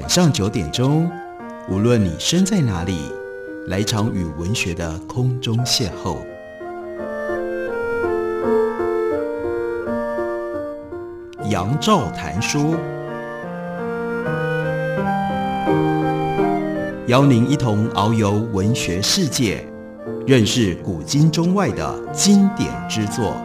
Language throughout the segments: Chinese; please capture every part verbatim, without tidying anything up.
晚上九点钟，无论你身在哪里，来场与文学的空中邂逅。杨照谈书，邀您一同遨游文学世界，认识古今中外的经典之作。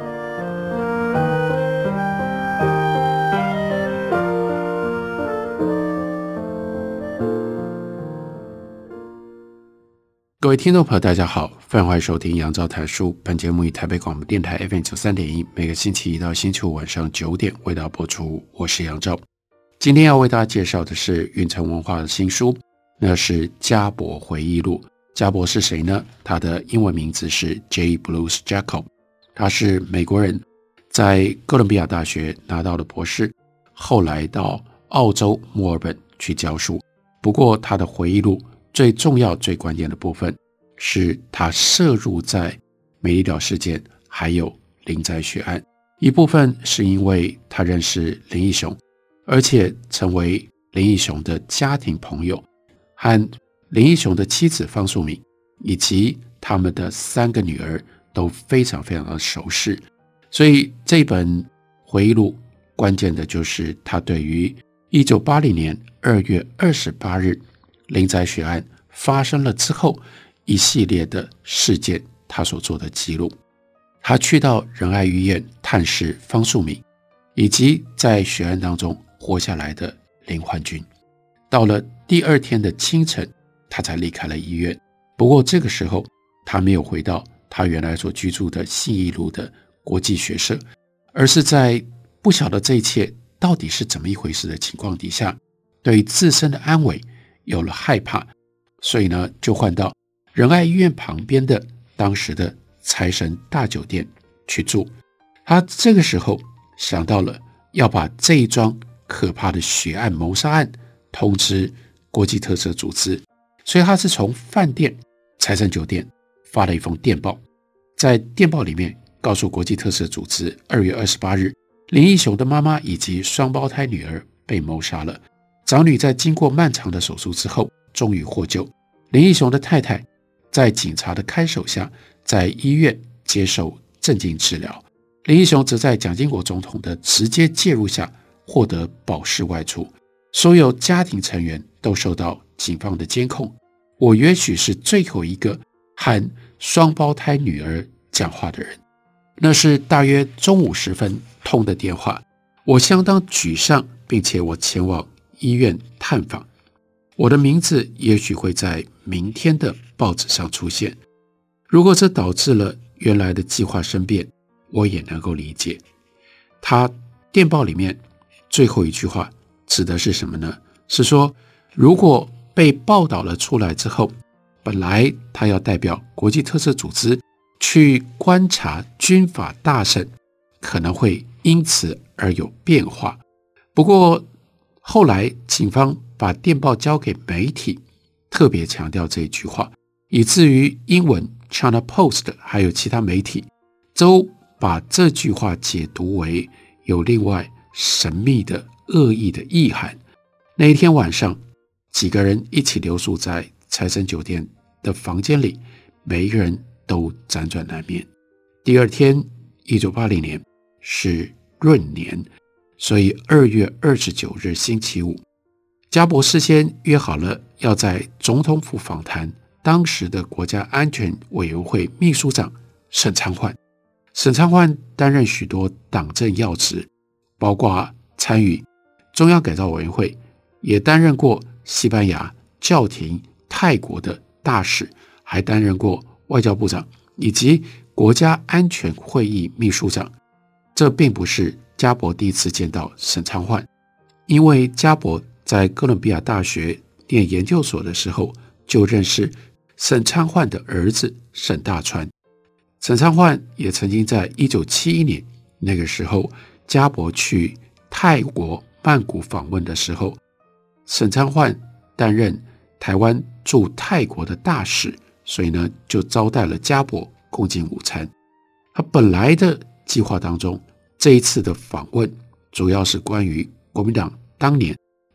各位听众朋友大家好，非常欢迎收听杨照谈书。本节目以台北广播电台 F M 九十三点一 每个星期一到星期五晚上九点为大家播出，我是杨照。今天要为大家介绍的是云城文化的新书，那是家伯回忆录。家伯是谁呢？他的英文名字是 J. Bruce Jacob， 他是美国人，在哥伦比亚大学拿到了博士，后来到澳洲墨尔本去教书。不过他的回忆录最重要最关键的部分是他涉入在美丽岛事件还有林宅血案，一部分是因为他认识林义雄，而且成为林义雄的家庭朋友，和林义雄的妻子方素敏以及他们的三个女儿都非常非常的熟识。所以这本回忆录关键的就是他对于一九八零年二月二十八日林宅血案发生了之后一系列的事件他所做的记录。他去到仁爱医院探视方素敏以及在血案当中活下来的林焕君。到了第二天的清晨他才离开了医院。不过这个时候他没有回到他原来所居住的信义路的国际学社，而是在不晓得这一切到底是怎么一回事的情况底下，对自身的安危有了害怕，所以呢就换到仁爱医院旁边的当时的财神大酒店去住。他这个时候想到了要把这一桩可怕的血案谋杀案通知国际特赦组织，所以他是从饭店财神酒店发了一封电报，在电报里面告诉国际特赦组织二月二十八日林义雄的妈妈以及双胞胎女儿被谋杀了。长女在经过漫长的手术之后终于获救，林义雄的太太在警察的看守下在医院接受镇静治疗，林义雄则在蒋经国总统的直接介入下获得保释外出。所有家庭成员都受到警方的监控。我也许是最后一个和双胞胎女儿讲话的人。那是大约中午时分通的电话，我相当沮丧，并且我前往医院探访。我的名字也许会在明天的报纸上出现。如果这导致了原来的计划生变，我也能够理解。他电报里面最后一句话指的是什么呢？是说如果被报道了出来之后，本来他要代表国际特赦组织去观察军法大审，可能会因此而有变化。不过后来警方把电报交给媒体，特别强调这一句话，以至于英文 China Post 还有其他媒体都把这句话解读为有另外神秘的恶意的意涵。那一天晚上，几个人一起留宿在财神酒店的房间里，每一个人都辗转难眠。第二天一九八零年是闰年，所以二月二十九日星期五，家伯事先约好了要在总统府访谈当时的国家安全委员会秘书长沈昌焕。沈昌焕担任许多党政要职，包括参与中央改造委员会，也担任过西班牙、教廷、泰国的大使，还担任过外交部长以及国家安全会议秘书长。这并不是家伯第一次见到沈昌焕，因为家伯在哥伦比亚大学念研究所的时候就认识沈昌焕的儿子沈大川。沈昌焕也曾经在一九七一年那个时候家伯去泰国曼谷访问的时候，沈昌焕担任台湾驻泰国的大使，所以呢就招待了家伯共进午餐。他本来的计划当中，这一次的访问主要是关于国民党当年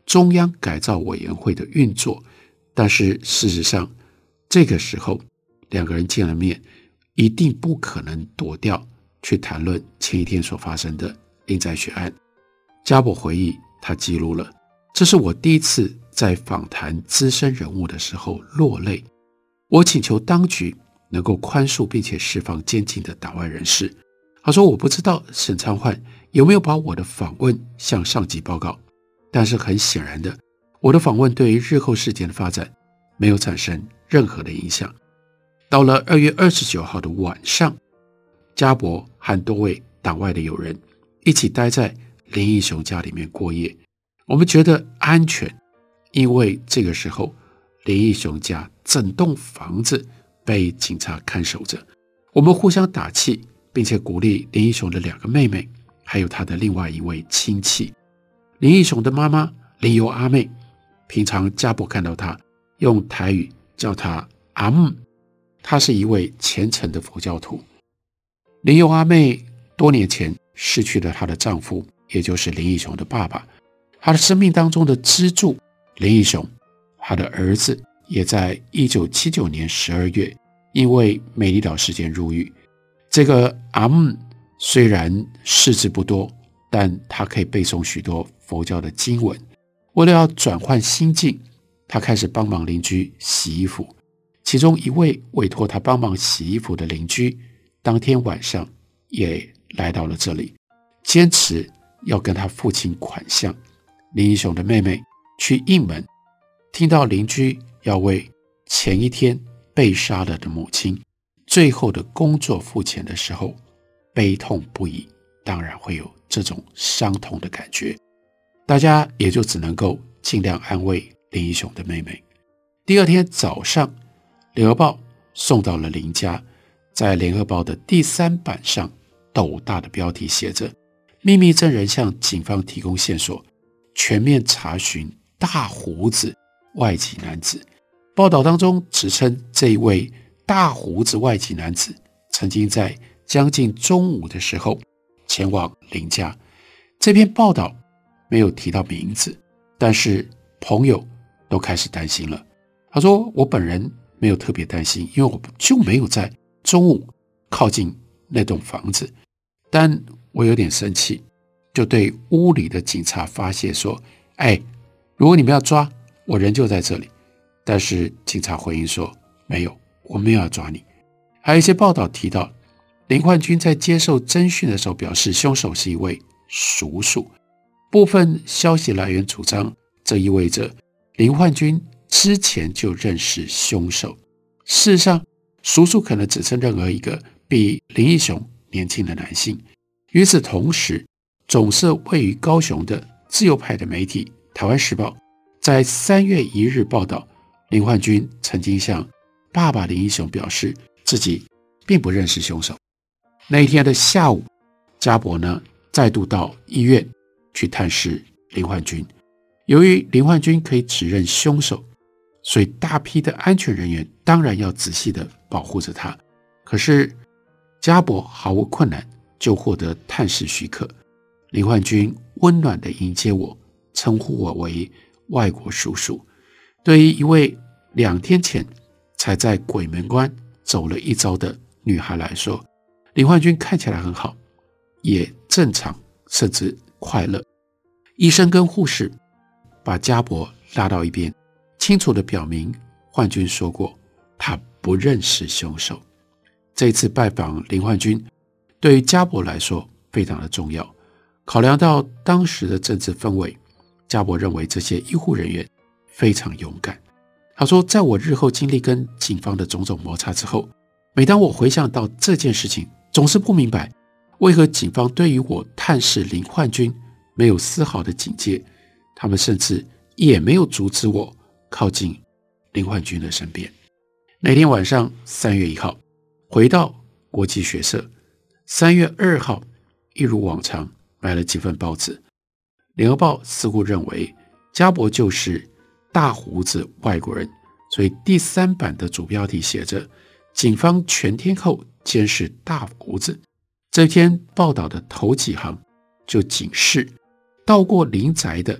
中央改造委员会的运作，但是事实上这个时候两个人见了面，一定不可能躲掉去谈论前一天所发生的林宅血案。家伯回忆，他记录了，这是我第一次在访谈资深人物的时候落泪。我请求当局能够宽恕并且释放监禁的党外人士。他说，我不知道沈昌焕有没有把我的访问向上级报告，但是很显然的，我的访问对于日后事件的发展没有产生任何的影响。到了二月二十九号的晚上，家伯和多位党外的友人一起待在林义雄家里面过夜。我们觉得安全，因为这个时候林义雄家整栋房子被警察看守着。我们互相打气，并且鼓励林义雄的两个妹妹，还有他的另外一位亲戚。林义雄的妈妈林由阿妹，平常家伯看到她用台语叫她阿姆，她是一位虔诚的佛教徒。林由阿妹多年前失去了她的丈夫，也就是林义雄的爸爸，她的生命当中的支柱林义雄，她的儿子也在一九七九年十二月因为美丽岛事件入狱。这个阿姆虽然识字不多，但他可以背诵许多佛教的经文。为了要转换心境，他开始帮忙邻居洗衣服。其中一位委托他帮忙洗衣服的邻居，当天晚上也来到了这里，坚持要跟他父亲款项。林义雄的妹妹去应门，听到邻居要为前一天被杀了的母亲最后的工作付钱的时候，悲痛不已，当然会有这种伤痛的感觉。大家也就只能够尽量安慰林义雄的妹妹。第二天早上，联合报送到了林家，在联合报的第三版上，斗大的标题写着：秘密证人向警方提供线索，全面查询大胡子外籍男子。报道当中指称，这一位大胡子外籍男子曾经在将近中午的时候前往林家。这篇报道没有提到名字，但是朋友都开始担心了。他说，我本人没有特别担心，因为我就没有在中午靠近那栋房子，但我有点生气，就对屋里的警察发泄说，哎，如果你们要抓我，人就在这里。但是警察回应说，没有，我没有要抓你。还有一些报道提到，林焕军在接受侦讯的时候表示，凶手是一位叔叔。部分消息来源主张，这意味着林焕军之前就认识凶手。事实上，叔叔可能指称任何一个比林义雄年轻的男性。与此同时，总社位于高雄的自由派的媒体《台湾时报》在三月一日报道，林焕军曾经向爸爸林义雄表示自己并不认识凶手。那一天的下午，家伯呢再度到医院去探视林焕军。由于林焕军可以指认凶手，所以大批的安全人员当然要仔细的保护着他。可是家伯毫无困难就获得探视许可。林焕军温暖地迎接我，称呼我为外国叔叔。对于一位两天前才在鬼门关走了一遭的女孩来说，林焕军看起来很好，也正常，甚至快乐。医生跟护士把家伯拉到一边，清楚地表明焕军说过他不认识凶手。这次拜访林焕军对于家伯来说非常的重要。考量到当时的政治氛围，家伯认为这些医护人员非常勇敢。他说，在我日后经历跟警方的种种摩擦之后，每当我回想到这件事情，总是不明白为何警方对于我探视林焕军没有丝毫的警戒，他们甚至也没有阻止我靠近林焕军的身边。那天晚上三月一号回到国际学社，三月二号一如往常买了几份报纸。联合报似乎认为家伯就是大胡子外国人，所以第三版的主标题写着警方全天候监视大胡子。这篇报道的头几行就警示，到过林宅的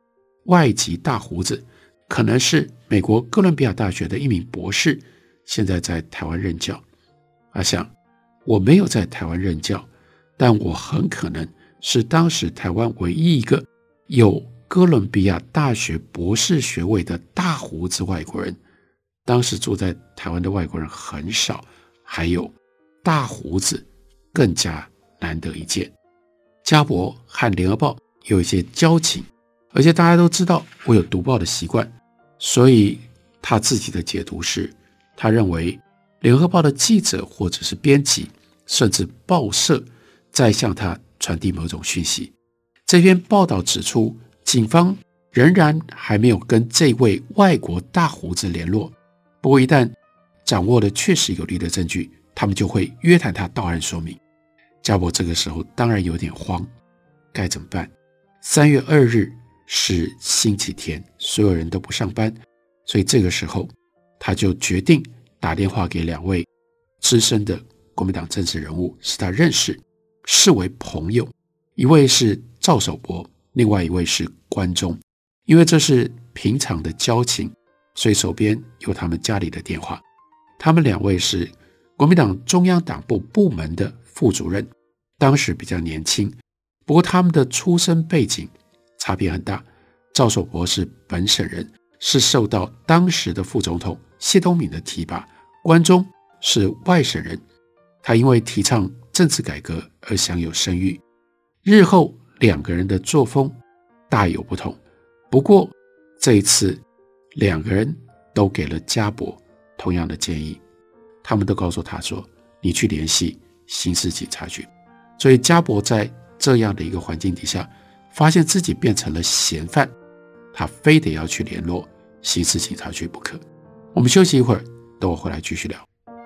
外籍大胡子可能是美国哥伦比亚大学的一名博士，现在在台湾任教。他想，我没有在台湾任教，但我很可能是当时台湾唯一一个有哥伦比亚大学博士学位的大胡子外国人。当时住在台湾的外国人很少，还有大胡子更加难得一见。家博和联合报有一些交情，而且大家都知道我有读报的习惯，所以他自己的解读是，他认为联合报的记者或者是编辑，甚至报社在向他传递某种讯息。这篇报道指出，警方仍然还没有跟这位外国大胡子联络，不过一旦掌握了确实有力的证据，他们就会约谈他到案说明。家博这个时候当然有点慌，该怎么办？三月二日是星期天，所有人都不上班，所以这个时候他就决定打电话给两位资深的国民党政治人物，是他认识，视为朋友，一位是赵守博，另外一位是关中。因为这是平常的交情，所以手边有他们家里的电话。他们两位是国民党中央党部部门的副主任，当时比较年轻，不过他们的出身背景差别很大。赵守博是本省人，是受到当时的副总统谢东闵的提拔，关中是外省人，他因为提倡政治改革而享有声誉。日后两个人的作风大有不同，不过这一次两个人都给了家博同样的建议，他们都告诉他说，你去联系刑事警察局。所以家博在这样的一个环境底下，发现自己变成了嫌犯，他非得要去联络刑事警察局不可。我们休息一会儿，等我回来继续聊。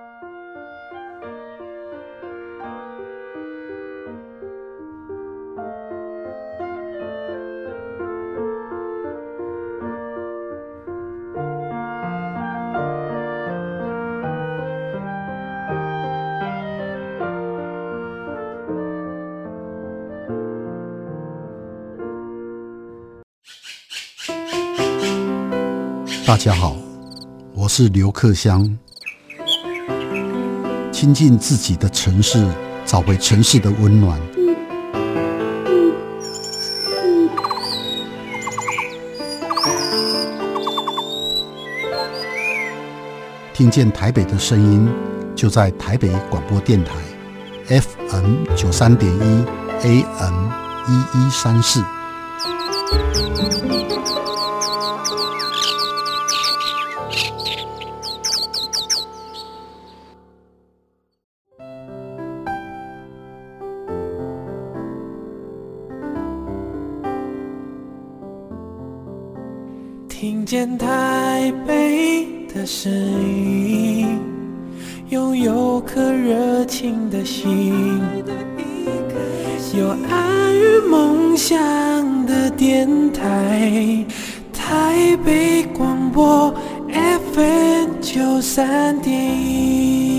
大家好，我是刘克襄。亲近自己的城市，找回城市的温暖。听见台北的声音，就在台北广播电台 F M 九三点一 A M 一一三四。 听见台北的声音，拥有颗热情的心，有爱与梦想的电台，台北广播 F M 九三点一。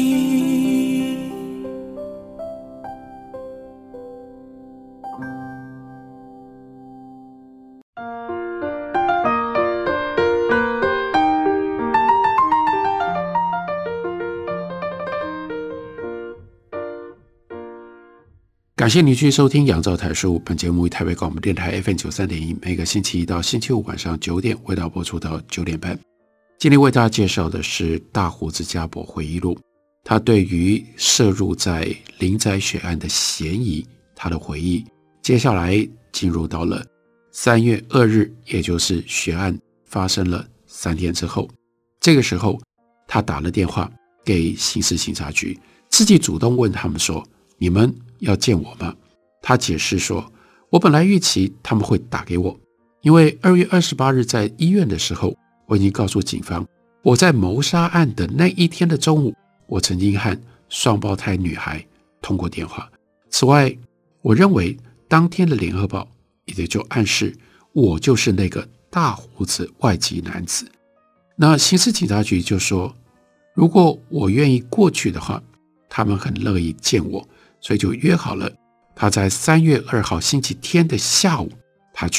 感谢你继续收听杨照台书，本节目于台北广播电台 F M 九三点一，每个星期一到星期五晚上九点为大家播出到九点半。今天为大家介绍的是大胡子家博回忆录，他对于涉入在林宅血案的嫌疑，他的回忆。接下来进入到了三月二日，也就是血案发生了三天之后，这个时候他打了电话给刑事警察局，自己主动问他们说，你们要见我吗？他解释说，我本来预期他们会打给我，因为二月二十八日在医院的时候，我已经告诉警方，我在谋杀案的那一天的中午，我曾经和双胞胎女孩通过电话。此外，我认为当天的联合报也就暗示我就是那个大胡子外籍男子。那刑事警察局就说，如果我愿意过去的话，他们很乐意见我，所以就约好了他在三月二号星期天的下午，他去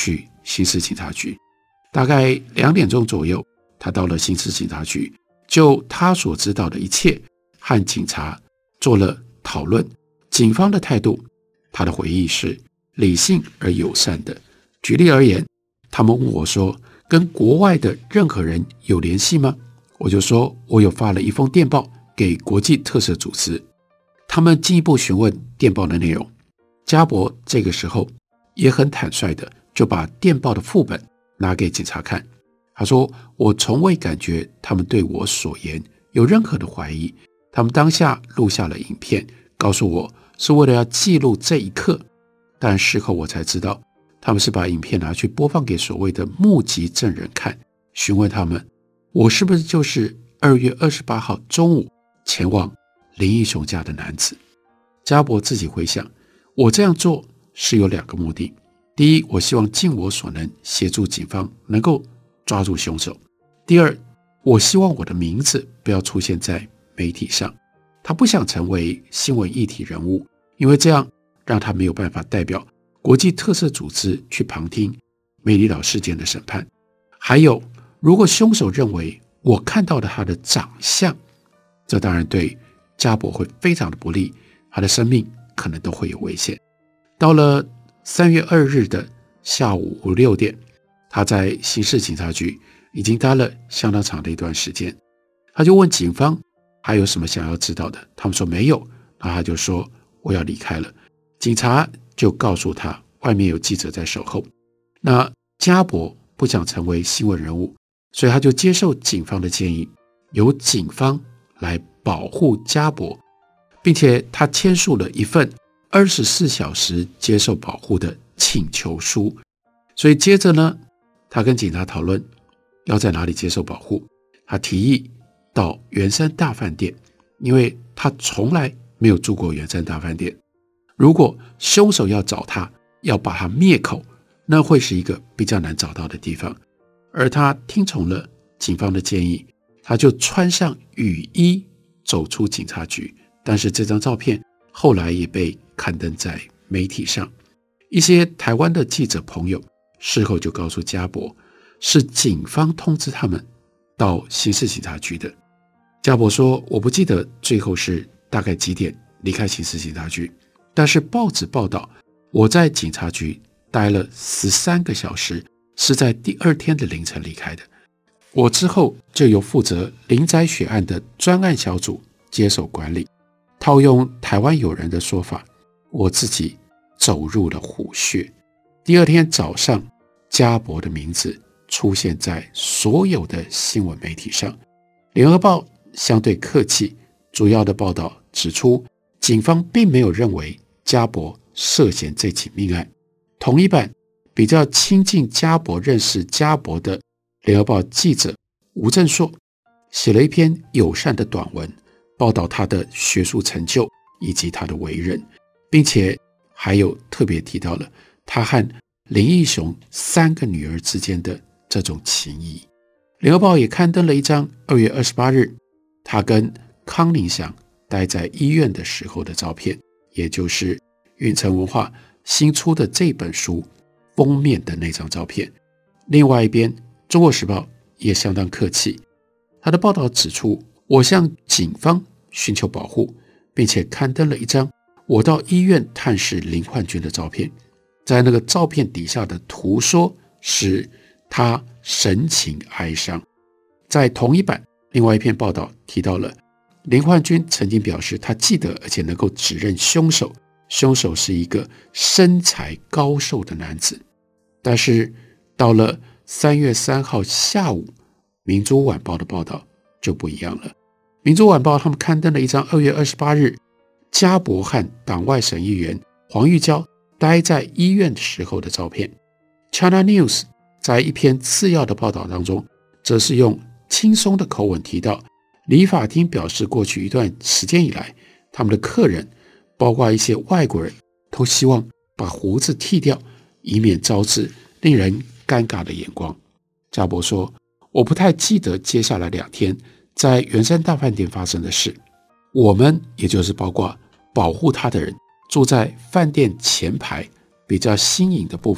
刑事警察局。大概两点钟左右，他到了刑事警察局，就他所知道的一切和警察做了讨论。警方的态度，他的回忆是理性而友善的。举例而言，他们问我说，跟国外的任何人有联系吗？我就说我有发了一封电报给国际特赦组织。他们进一步询问电报的内容。家伯这个时候也很坦率的就把电报的副本拿给警察看。他说，我从未感觉他们对我所言有任何的怀疑。他们当下录下了影片，告诉我是为了要记录这一刻，但事后我才知道，他们是把影片拿去播放给所谓的目击证人看，询问他们，我是不是就是二月二十八号中午前往林义雄家的男子。家伯自己回想，我这样做是有两个目的。第一，我希望尽我所能协助警方能够抓住凶手。第二，我希望我的名字不要出现在媒体上。他不想成为新闻议题人物，因为这样让他没有办法代表国际特赦组织去旁听美丽岛事件的审判。还有，如果凶手认为我看到了他的长相，这当然对家伯会非常的不利，他的生命可能都会有危险。到了三月二日的下午五六点，他在刑事警察局已经待了相当长的一段时间。他就问警方还有什么想要知道的，他们说没有，然后他就说我要离开了。警察就告诉他外面有记者在守候。那家伯不想成为新闻人物，所以他就接受警方的建议，由警方来保护家伯，并且他签署了一份二十四小时接受保护的请求书。所以接着呢，他跟警察讨论要在哪里接受保护。他提议到圆山大饭店，因为他从来没有住过圆山大饭店。如果凶手要找他，要把他灭口，那会是一个比较难找到的地方。而他听从了警方的建议，他就穿上雨衣走出警察局。但是这张照片后来也被刊登在媒体上。一些台湾的记者朋友事后就告诉家伯，是警方通知他们到刑事警察局的。家伯说，我不记得最后是大概几点离开刑事警察局，但是报纸报道我在警察局待了十三个小时，是在第二天的凌晨离开的。我之后就由负责林宅血案的专案小组接手管理。套用台湾友人的说法，我自己走入了虎穴。第二天早上，家伯的名字出现在所有的新闻媒体上。联合报相对客气，主要的报道指出，警方并没有认为家伯涉嫌这起命案。同一版比较亲近家伯、认识家伯的联合报记者吴正硕写了一篇友善的短文，报道他的学术成就以及他的为人，并且还有特别提到了他和林义雄三个女儿之间的这种情谊。联合报也刊登了一张二月二十八日他跟康宁祥待在医院的时候的照片，也就是允成文化新出的这本书封面的那张照片。另外一边，中国时报也相当客气，他的报道指出，我向警方寻求保护，并且刊登了一张我到医院探视林焕君的照片。在那个照片底下的图说是他神情哀伤。在同一版另外一篇报道提到了林焕君曾经表示他记得而且能够指认凶手，凶手是一个身材高瘦的男子。但是到了三月三号下午，民族晚报的报道就不一样了。民族晚报他们刊登了一张二月二十八日家伯和党外省议员黄玉娇待在医院时候的照片。 China News 在一篇次要的报道当中，则是用轻松的口吻提到，理发厅表示过去一段时间以来，他们的客人包括一些外国人都希望把胡子剃掉，以免招致令人尴尬的眼光。家伯说，我不太记得接下来两天在圆山大饭店发生的事。我们也就是包括保护他的人，住在饭店前排比较新颖的部分，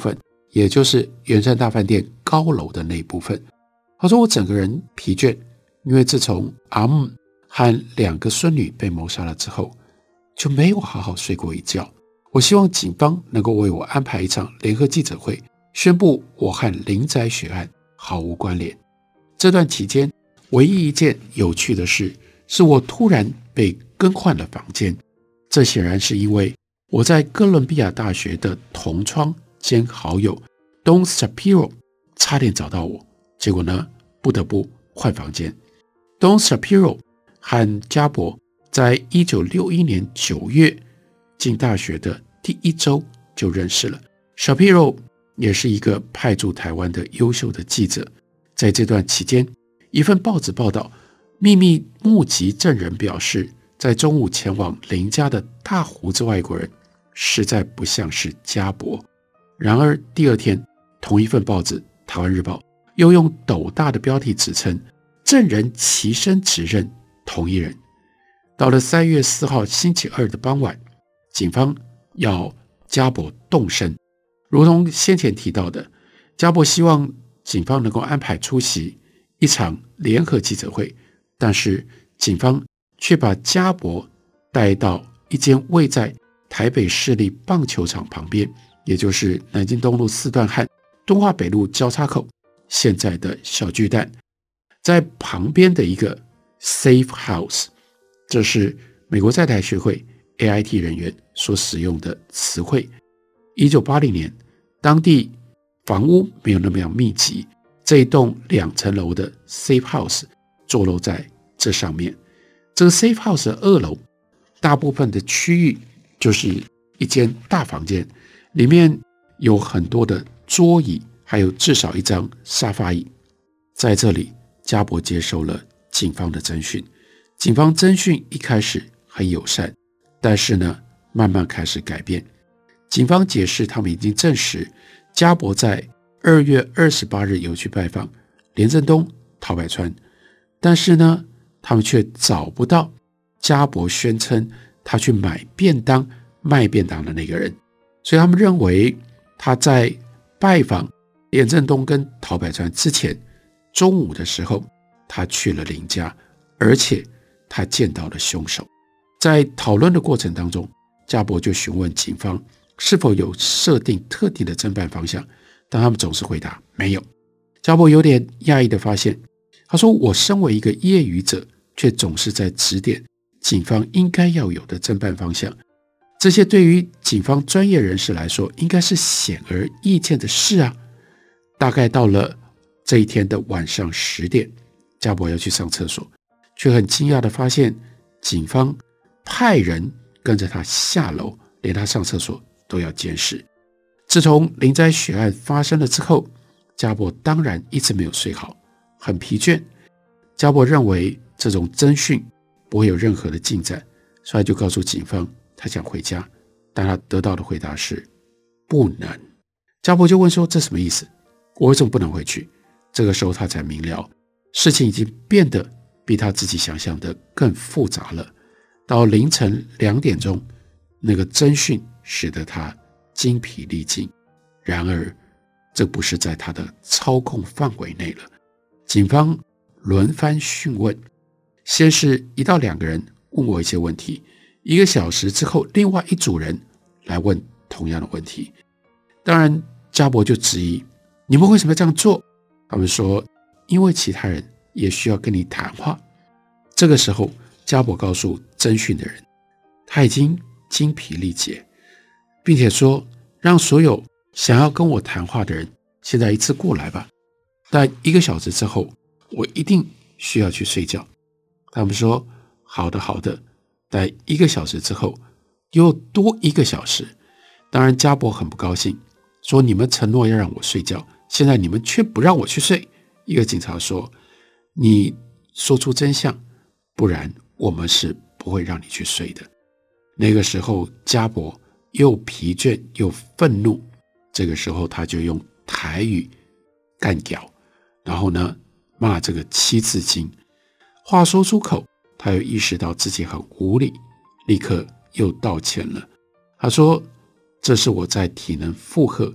也就是圆山大饭店高楼的那一部分。他说我整个人疲倦，因为自从阿姆和两个孙女被谋杀了之后，就没有好好睡过一觉。我希望警方能够为我安排一场联合记者会，宣布我和林宅血案毫无关联。这段期间唯一一件有趣的事，是我突然被更换了房间，这显然是因为我在哥伦比亚大学的同窗兼好友 Don Shapiro 差点找到我，结果呢不得不换房间。 Don Shapiro 和加博在一九六一年九月进大学的第一周就认识了。 Shapiro 也是一个派驻台湾的优秀的记者，在这段期间，一份报纸报道，秘密目击证人表示，在中午前往林家的大胡子外国人实在不像是加博。然而第二天，同一份报纸《台湾日报》又用斗大的标题指称，证人齐声指认同一人。到了三月四号星期二的傍晚，警方要加博动身，如同先前提到的，加博希望警方能够安排出席一场联合记者会，但是警方却把加博带到一间位在台北市立棒球场旁边，也就是南京东路四段和敦化北路交叉口现在的小巨蛋，在旁边的一个 safe house， 这是美国在台学会 A I T 人员所使用的词汇。一九八零年，当地房屋没有那么样密集，这一栋两层楼的 safe house 坐落在这上面。这个 safe house 的二楼大部分的区域就是一间大房间，里面有很多的桌椅，还有至少一张沙发椅。在这里，加博接受了警方的侦讯。警方侦讯一开始很友善，但是呢，慢慢开始改变。警方解释，他们已经证实加博在二月二十八日有去拜访连震东、陶百川，但是呢，他们却找不到加博宣称他去买便当、卖便当的那个人，所以他们认为他在拜访连震东跟陶百川之前，中午的时候他去了林家，而且他见到了凶手。在讨论的过程当中，加博就询问警方是否有设定特定的侦办方向，但他们总是回答没有。加博有点讶异的发现，他说，我身为一个业余者，却总是在指点警方应该要有的侦办方向，这些对于警方专业人士来说应该是显而易见的事啊。大概到了这一天的晚上十点，加博要去上厕所，却很惊讶的发现警方派人跟着他下楼，连他上厕所都要监视。自从林宅血案发生了之后，加博当然一直没有睡好，很疲倦。加博认为这种侦讯不会有任何的进展，所以就告诉警方他想回家，但他得到的回答是不能。加博就问说，这什么意思？我为什么不能回去？这个时候他才明了，事情已经变得比他自己想象的更复杂了。到凌晨两点钟，那个侦讯使得他精疲力尽，然而这不是在他的操控范围内了。警方轮番讯问，先是一到两个人问我一些问题，一个小时之后，另外一组人来问同样的问题。当然加博就质疑，你们为什么要这样做？他们说，因为其他人也需要跟你谈话。这个时候加博告诉侦讯的人，他已经精疲力竭，并且说，让所有想要跟我谈话的人现在一次过来吧，但一个小时之后我一定需要去睡觉。他们说好的好的，但一个小时之后又多一个小时。当然加博很不高兴，说你们承诺要让我睡觉，现在你们却不让我去睡。一个警察说，你说出真相，不然我们是不会让你去睡的。那个时候加博又疲倦又愤怒，这个时候他就用台语干屌，然后呢骂这个七字经。话说出口，他又意识到自己很无理，立刻又道歉了。他说，这是我在体能负荷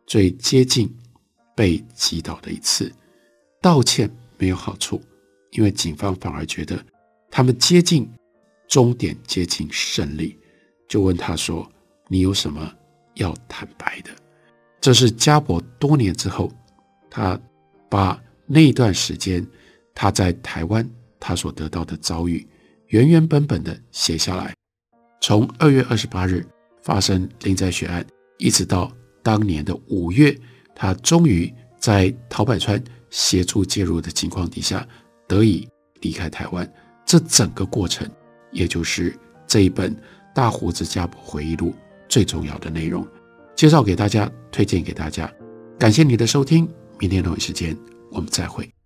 最接近被击倒的一次。道歉没有好处，因为警方反而觉得他们接近终点，接近胜利，就问他说，你有什么要坦白的？这是家伯多年之后，他把那一段时间他在台湾他所得到的遭遇原原本本的写下来，从二月二十八日发生林宅血案，一直到当年的五月，他终于在陶百川协助介入的情况底下得以离开台湾。这整个过程也就是这一本大胡子家伯回忆录最重要的内容，介绍给大家，推荐给大家。感谢你的收听，明天同一时间我们再会。